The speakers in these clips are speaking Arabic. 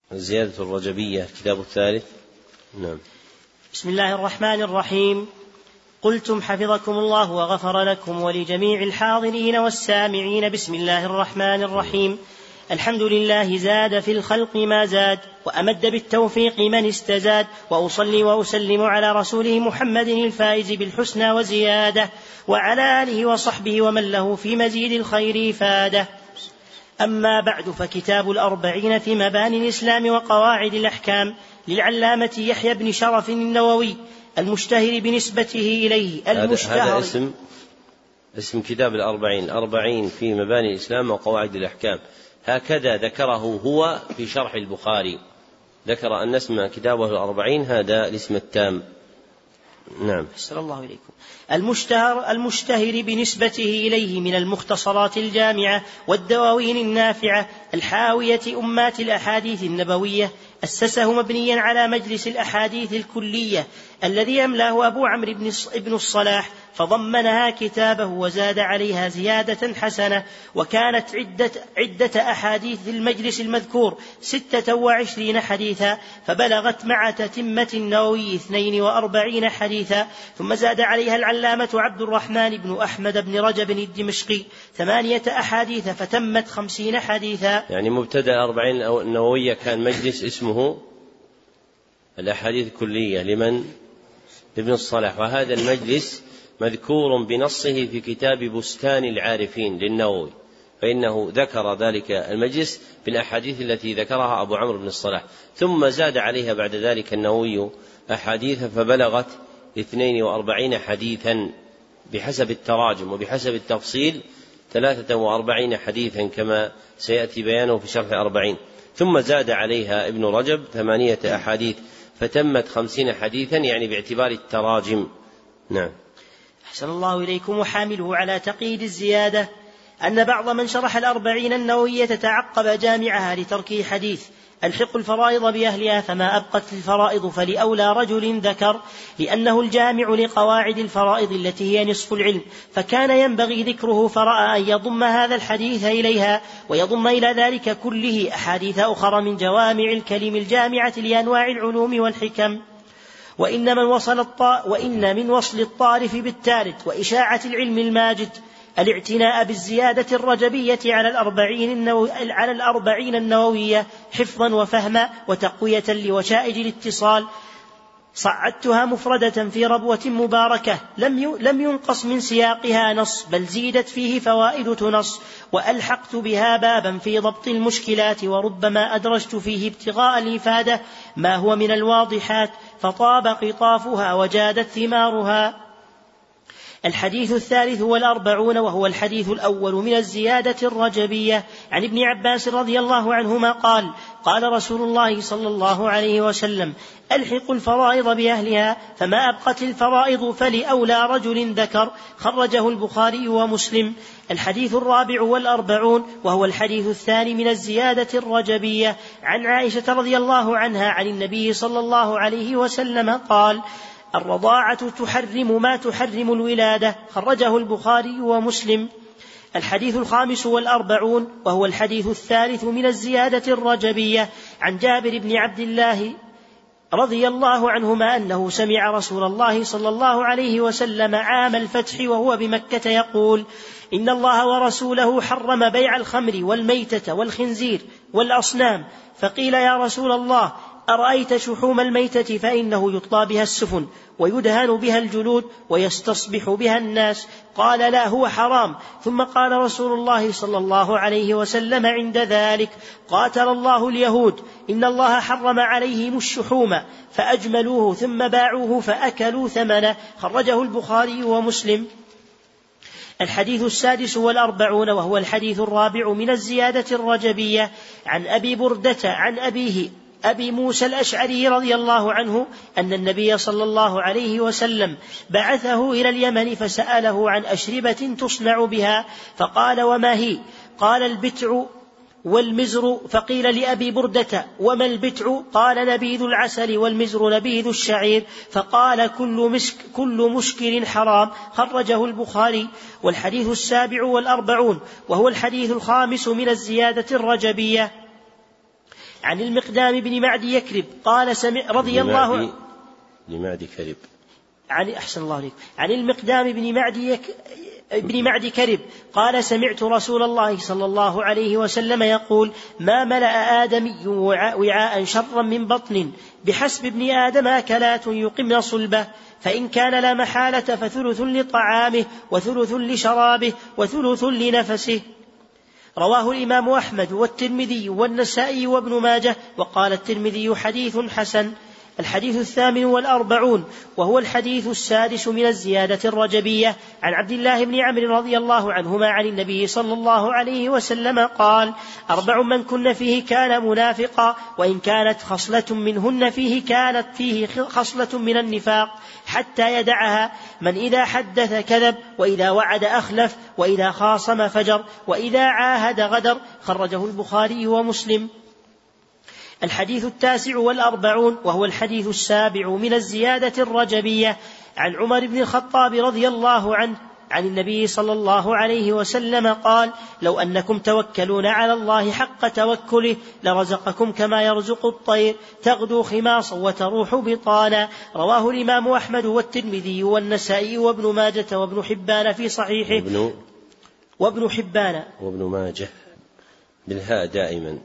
الزيادة الرجبية الكتاب الثالث. نعم. بسم الله الرحمن الرحيم. قلتم حفظكم الله وغفر لكم ولجميع الحاضرين والسامعين. بسم الله الرحمن الرحيم. الحمد لله زاد في الخلق ما زاد وأمد بالتوفيق من استزاد، وأصلي وأسلم على رسوله محمد الفائز بالحسنى وزيادة، وعلى آله وصحبه ومن له في مزيد الخير إفادة. أما بعد، فكتاب الأربعين في مباني الإسلام وقواعد الأحكام للعلامة يحيى بن شرف النووي المشتهر بنسبته إليه. هذا اسم كتاب الأربعين في مباني الإسلام وقواعد الأحكام، هكذا ذكره هو في شرح البخاري، ذكر أن اسم كتابه الأربعين هذا الاسم التام. نعم. أحسن الله إليكم. المشتهر بنسبته إليه من المختصرات الجامعة والدواوين النافعة الحاوية أمات الأحاديث النبوية، أسسه مبنيا على مجلس الأحاديث الكلية الذي أملاه أبو عمرو بن الصلاح، فضمنها كتابه وزاد عليها زيادة حسنة، وكانت عدة أحاديث المجلس المذكور 26 حديثا، فبلغت مع تتمة النووي 42 حديثا، ثم زاد عليها العلامة عبد الرحمن بن أحمد بن رجب الدمشقي 8 أحاديث فتمت 50 حديثا. يعني مبتدأ 40 النووية كان مجلس اسمه الأحاديث الكلية لابن الصلاح، وهذا المجلس مذكور بنصه في كتاب بستان العارفين للنووي، فإنه ذكر ذلك المجلس بالأحاديث التي ذكرها أبو عمرو بن الصلاح، ثم زاد عليها بعد ذلك النووي أحاديث فبلغت 42 حديثا بحسب التراجم، وبحسب التفصيل 43 حديثا كما سيأتي بيانه في شرح 40. ثم زاد عليها ابن رجب 8 أحاديث فتمت 50 حديثا، يعني باعتبار التراجم. نعم. أحسن الله إليكم. وحامله على تقييد الزيادة أن بعض من شرح الأربعين النووية تعقب جامعها لتركه حديث الحق الفرائض بأهلها، فما أبقت الفرائض فلأولى رجل ذكر، لأنه الجامع لقواعد الفرائض التي هي نصف العلم، فكان ينبغي ذكره، فرأى أن يضم هذا الحديث إليها ويضم إلى ذلك كله أحاديث أخرى من جوامع الكلم الجامعة لأنواع العلوم والحكم. وإن من وصل الطارف بالتارد وإشاعة العلم الماجد الاعتناء بالزيادة الرجبية على الأربعين النووية حفظا وفهما وتقوية لوشائج الاتصال. صعدتها مفردة في ربوة مباركة لم ينقص من سياقها نص، بل زيدت فيه فوائد تنص، وألحقت بها بابا في ضبط المشكلات، وربما أدرجت فيه ابتغاء الإفادة ما هو من الواضحات، فطاب قطافها وجادت ثمارها. الحديث 43 وهو الحديث الأول من الزيادة الرجبية، عن ابن عباس رضي الله عنهما قال: قال رسول الله صلى الله عليه وسلم: ألحقوا الفرائض بأهلها، فما أبقت الفرائض فلأولى رجل ذكر. خرجه البخاري ومسلم. الحديث 44 وهو الحديث الثاني من الزيادة الرجبية، عن عائشة رضي الله عنها عن النبي صلى الله عليه وسلم قال: الرضاعة تحرم ما تحرم الولادة. خرجه البخاري ومسلم. الحديث 45 وهو الحديث الثالث من الزيادة الرجبية، عن جابر بن عبد الله رضي الله عنهما أنه سمع رسول الله صلى الله عليه وسلم عام الفتح وهو بمكة يقول: إن الله ورسوله حرم بيع الخمر والميتة والخنزير والأصنام. فقيل: يا رسول الله، أرأيت شحوم الميتة فإنه يطلى بها السفن ويدهن بها الجلود ويستصبح بها الناس. قال: لا، هو حرام. ثم قال رسول الله صلى الله عليه وسلم عند ذلك: قاتل الله اليهود، إن الله حرم عليهم الشحوم فأجملوه ثم باعوه فأكلوا ثمنه. خرجه البخاري ومسلم. الحديث 46 وهو الحديث الرابع من الزيادة الرجبية، عن أبي بردة عن أبيه أبي موسى الأشعري رضي الله عنه أن النبي صلى الله عليه وسلم بعثه إلى اليمن فسأله عن أشربة تصنع بها، فقال: وما هي؟ قال: البتع والمزر. فقيل لأبي بردة: وما البتع؟ قال: نبيذ العسل، والمزر نبيذ الشعير. فقال: كل مسكر حرام. خرجه البخاري. والحديث 47 وهو الحديث الخامس من الزيادة الرجبية، عن المقدام بن معد يكرب قال سمع رضي الله عنه لمعد كرب أحسن الله عليك. عن المقدام بن معد كرب قال سمعت رسول الله صلى الله عليه وسلم يقول ما ملأ آدمي وعاء شرا من بطن بحسب ابن آدم أكلات يقمن صلبه فإن كان لا محالة فثلث لطعامه وثلث لشرابه وثلث لنفسه. رواه الإمام أحمد والترمذي والنسائي وابن ماجه وقال الترمذي حديث حسن. الحديث 48 وهو الحديث 6 من الزيادة الرجبية عن عبد الله بن عمرو رضي الله عنهما عن النبي صلى الله عليه وسلم قال 4 من كن فيه كان منافقا وإن كانت خصلة منهن فيه كانت فيه خصلة من النفاق حتى يدعها من إذا حدث كذب وإذا وعد أخلف وإذا خاصم فجر وإذا عاهد غدر. خرجه البخاري ومسلم. الحديث 49 وهو الحديث 7 من الزيادة الرجبية عن عمر بن الخطاب رضي الله عنه عن النبي صلى الله عليه وسلم قال لو أنكم توكلون على الله حق توكله لرزقكم كما يرزق الطير تغدو خماصا وتروح بطانا. رواه الإمام أحمد والترمذي والنسائي وابن ماجة وابن حبان في صحيحه وابن ماجه بالهاء دائما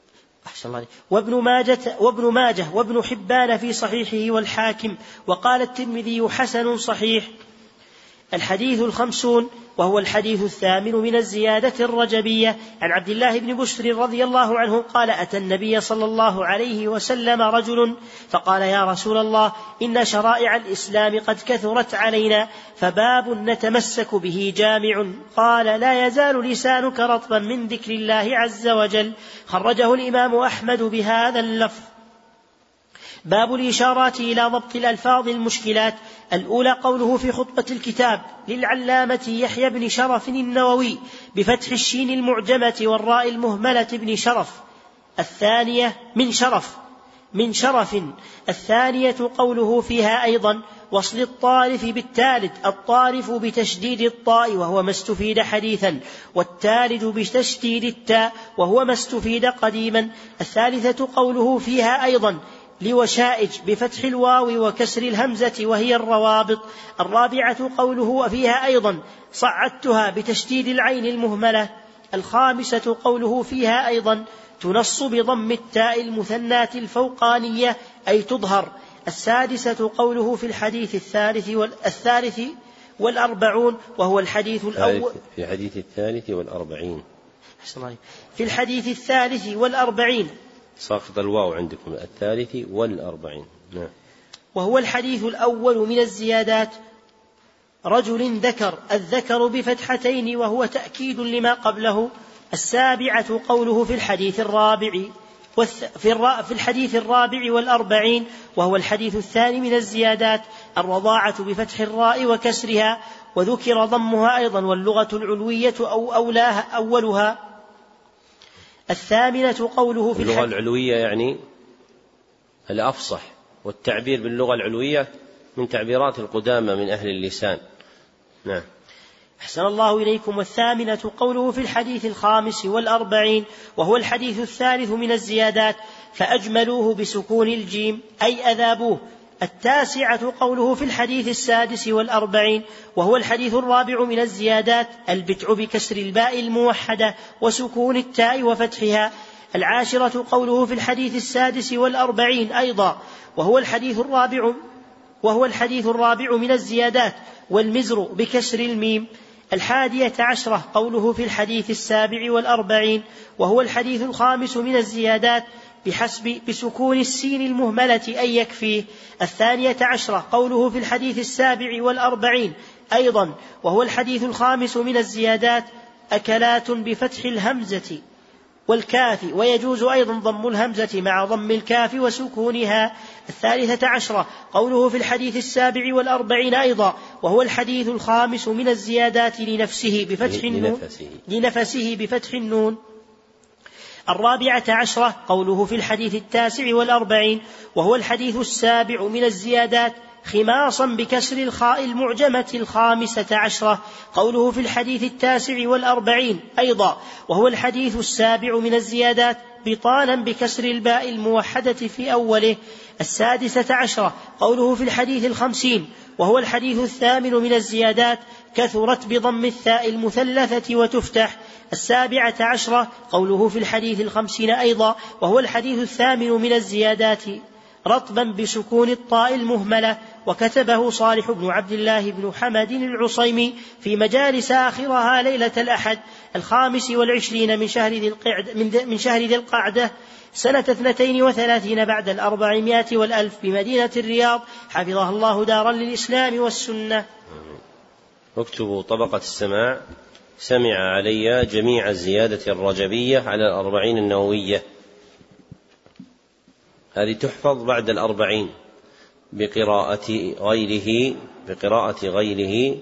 وابن ماجه وابن حبان في صحيحه والحاكم. وقال الترمذي حسن صحيح. الحديث 50 وهو الحديث 8 من الزيادة الرجبية عن عبد الله بن بشر رضي الله عنه قال أتى النبي صلى الله عليه وسلم رجل فقال يا رسول الله إن شرائع الإسلام قد كثرت علينا فباب نتمسك به جامع. قال لا يزال لسانك رطبا من ذكر الله عز وجل. خرجه الإمام أحمد بهذا اللفظ. باب الإشارات إلى ضبط الألفاظ المشكلات. الأولى قوله في خطبة الكتاب للعلامة يحيى بن شرف النووي بفتح الشين المعجمة والراء المهملة بن شرف. الثانية من شرف. الثانية قوله فيها أيضا وصل الطارف بالتالد الطارف بتشديد الطاء وهو ما استفيد حديثا والتالد بتشديد التاء وهو ما استفيد قديما. الثالثة قوله فيها أيضا لوشائج بفتح الواو وكسر الهمزة وهي الروابط. الرابعة قوله فيها أيضا صعدتها بتشديد العين المهملة. الخامسة قوله فيها أيضا تنص بضم التاء المثناة الفوقانية أي تظهر. السادسة قوله في الحديث الثالث والأربعون وهو الحديث الأول في الحديث 43 في الحديث 43 ساقط الواو عندكم 43 نعم. وهو الحديث الأول من الزيادات. رجل ذكر الذكر بفتحتين وهو تأكيد لما قبله. السابعة قوله في الحديث الرابع والأربعين وهو الحديث الثاني من الزيادات. الرضاعة بفتح الراء وكسرها وذكر ضمها أيضا واللغة العلوية أولها. الثامنة قوله في اللغة العلوية يعني الأفصح والتعبير باللغة العلوية من تعبيرات القدامى من أهل اللسان. نعم. أحسن الله إليكم. والثامنة قوله في الحديث 45 وهو الحديث الثالث من الزيادات فأجملوه بسكون الجيم أي أذابوه. التاسعة قوله في الحديث 46 وهو الحديث الرابع من الزيادات البتع بكسر الباء الموحدة وسكون التاء وفتحها. العاشرة قوله في الحديث 46 أيضا وهو الحديث الرابع من الزيادات والمزر بكسر الميم. 11 قوله في الحديث 47 وهو الحديث الخامس من الزيادات بسكون السين المهملة أي يكفيه. 12 قوله في الحديث 47 أيضا وهو الحديث الخامس من الزيادات أكلات بفتح الهمزة والكاف ويجوز أيضا ضم الهمزة مع ضم الكاف وسكونها. 13 قوله في الحديث 47 أيضا وهو الحديث الخامس من الزيادات لنفسه بفتح النون. 14 قوله في الحديث 49 وهو الحديث 7 من الزيادات خماصا بكسر الخاء المعجمة 15. قوله في الحديث 49 أيضا وهو الحديث 7 من الزيادات بطانا بكسر الباء الموحدة في أوله. 16 قوله في الحديث 50 وهو الحديث 8 من الزيادات كثرت بضم الثاء المثلثة وتفتح. 17 قوله في الحديث 50 أيضا وهو الحديث 8 من الزيادات رطبا بسكون الطاء المهملة. وكتبه صالح بن عبد الله بن حمد العصيمي في مجالس آخرها ليلة الأحد 25 من شهر ذي القعدة سنة 32 بعد 400 والألف بمدينة الرياض، حفظها الله دارا للإسلام والسنة. اكتبوا طبقة السماع: سمع علي جميع الزيادة الرجبية على 40 النووية. هذه تحفظ بعد 40 بقراءة غيره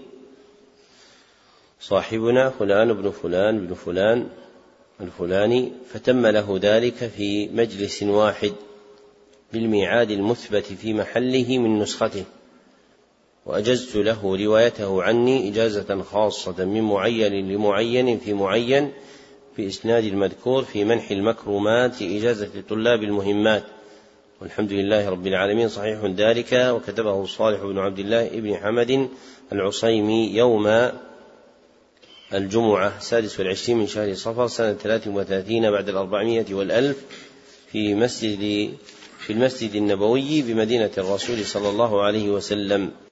صاحبنا فلان بن فلان بن فلان الفلاني، فتم له ذلك في مجلس واحد بالميعاد المثبت في محله من نسخته، وأجزت له روايته عني إجازة خاصة من معين لمعين في معين في إسناد المذكور في منح المكرمات إجازة لطلاب المهمات، والحمد لله رب العالمين صحيح ذلك. وكتبه صالح بن عبد الله بن حمد العصيمي يوم الجمعة 26 من شهر صفر سنة 33 بعد 400 والألف في المسجد النبوي بمدينة الرسول صلى الله عليه وسلم.